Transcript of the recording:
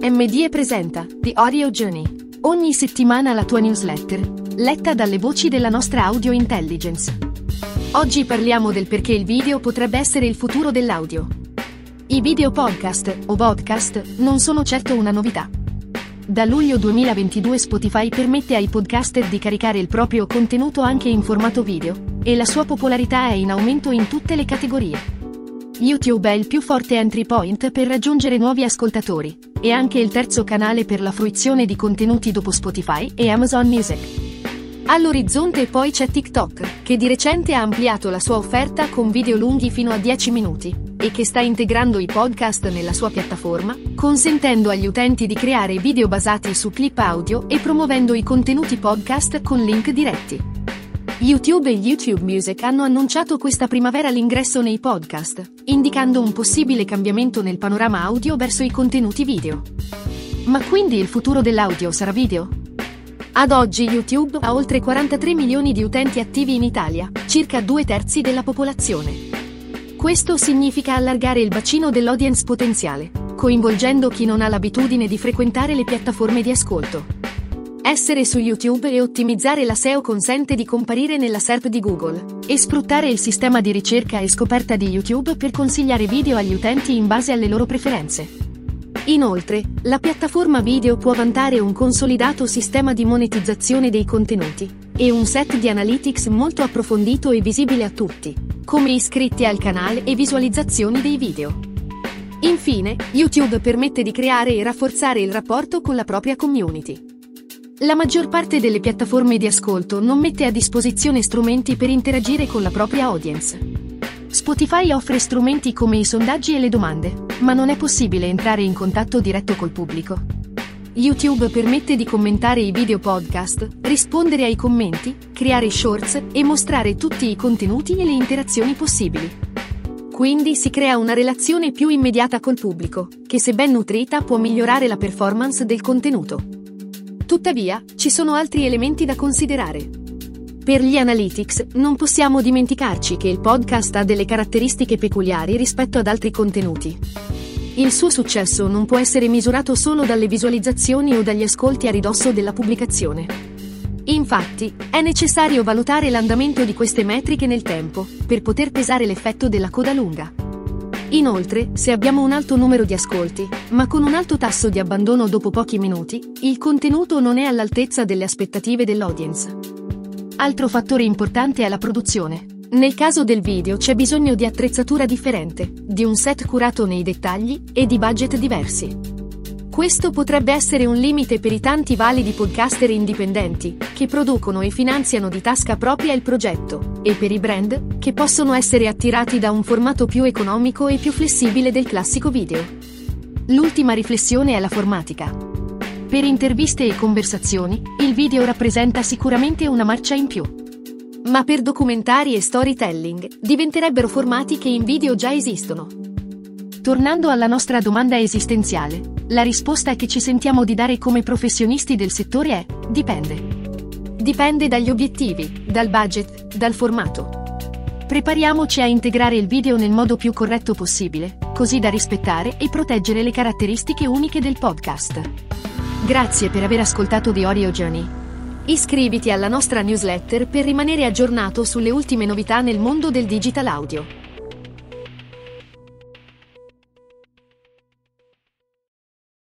MDE presenta The Audio Journey. Ogni settimana la tua newsletter, letta dalle voci della nostra audio intelligence. Oggi parliamo del perché il video potrebbe essere il futuro dell'audio. I video podcast, o podcast, non sono certo una novità. Da luglio 2022 Spotify permette ai podcaster di caricare il proprio contenuto anche in formato video, e la sua popolarità è in aumento in tutte le categorie. YouTube è il più forte entry point per raggiungere nuovi ascoltatori, e anche il terzo canale per la fruizione di contenuti dopo Spotify e Amazon Music. All'orizzonte poi c'è TikTok, che di recente ha ampliato la sua offerta con video lunghi fino a 10 minuti, e che sta integrando i podcast nella sua piattaforma, consentendo agli utenti di creare video basati su clip audio e promuovendo i contenuti podcast con link diretti. YouTube e YouTube Music hanno annunciato questa primavera l'ingresso nei podcast, indicando un possibile cambiamento nel panorama audio verso i contenuti video. Ma quindi il futuro dell'audio sarà video? Ad oggi YouTube ha oltre 43 milioni di utenti attivi in Italia, circa 2/3 della popolazione. Questo significa allargare il bacino dell'audience potenziale, coinvolgendo chi non ha l'abitudine di frequentare le piattaforme di ascolto. Essere su YouTube e ottimizzare la SEO consente di comparire nella SERP di Google, e sfruttare il sistema di ricerca e scoperta di YouTube per consigliare video agli utenti in base alle loro preferenze. Inoltre, la piattaforma video può vantare un consolidato sistema di monetizzazione dei contenuti, e un set di analytics molto approfondito e visibile a tutti, come iscritti al canale e visualizzazioni dei video. Infine, YouTube permette di creare e rafforzare il rapporto con la propria community. La maggior parte delle piattaforme di ascolto non mette a disposizione strumenti per interagire con la propria audience. Spotify offre strumenti come i sondaggi e le domande, ma non è possibile entrare in contatto diretto col pubblico. YouTube permette di commentare i video podcast, rispondere ai commenti, creare shorts e mostrare tutti i contenuti e le interazioni possibili. Quindi si crea una relazione più immediata col pubblico, che se ben nutrita può migliorare la performance del contenuto. Tuttavia, ci sono altri elementi da considerare. Per gli analytics, non possiamo dimenticarci che il podcast ha delle caratteristiche peculiari rispetto ad altri contenuti. Il suo successo non può essere misurato solo dalle visualizzazioni o dagli ascolti a ridosso della pubblicazione. Infatti, è necessario valutare l'andamento di queste metriche nel tempo, per poter pesare l'effetto della coda lunga. Inoltre, se abbiamo un alto numero di ascolti, ma con un alto tasso di abbandono dopo pochi minuti, il contenuto non è all'altezza delle aspettative dell'audience. Altro fattore importante è la produzione. Nel caso del video c'è bisogno di attrezzatura differente, di un set curato nei dettagli, e di budget diversi. Questo potrebbe essere un limite per i tanti validi podcaster indipendenti, che producono e finanziano di tasca propria il progetto, e per i brand, che possono essere attirati da un formato più economico e più flessibile del classico video. L'ultima riflessione è la formatica. Per interviste e conversazioni, il video rappresenta sicuramente una marcia in più. Ma per documentari e storytelling, diventerebbero formati che in video già esistono. Tornando alla nostra domanda esistenziale, la risposta che ci sentiamo di dare come professionisti del settore è: dipende. Dipende dagli obiettivi, dal budget, dal formato. Prepariamoci a integrare il video nel modo più corretto possibile, così da rispettare e proteggere le caratteristiche uniche del podcast. Grazie per aver ascoltato The Audio Journey. Iscriviti alla nostra newsletter per rimanere aggiornato sulle ultime novità nel mondo del digital audio.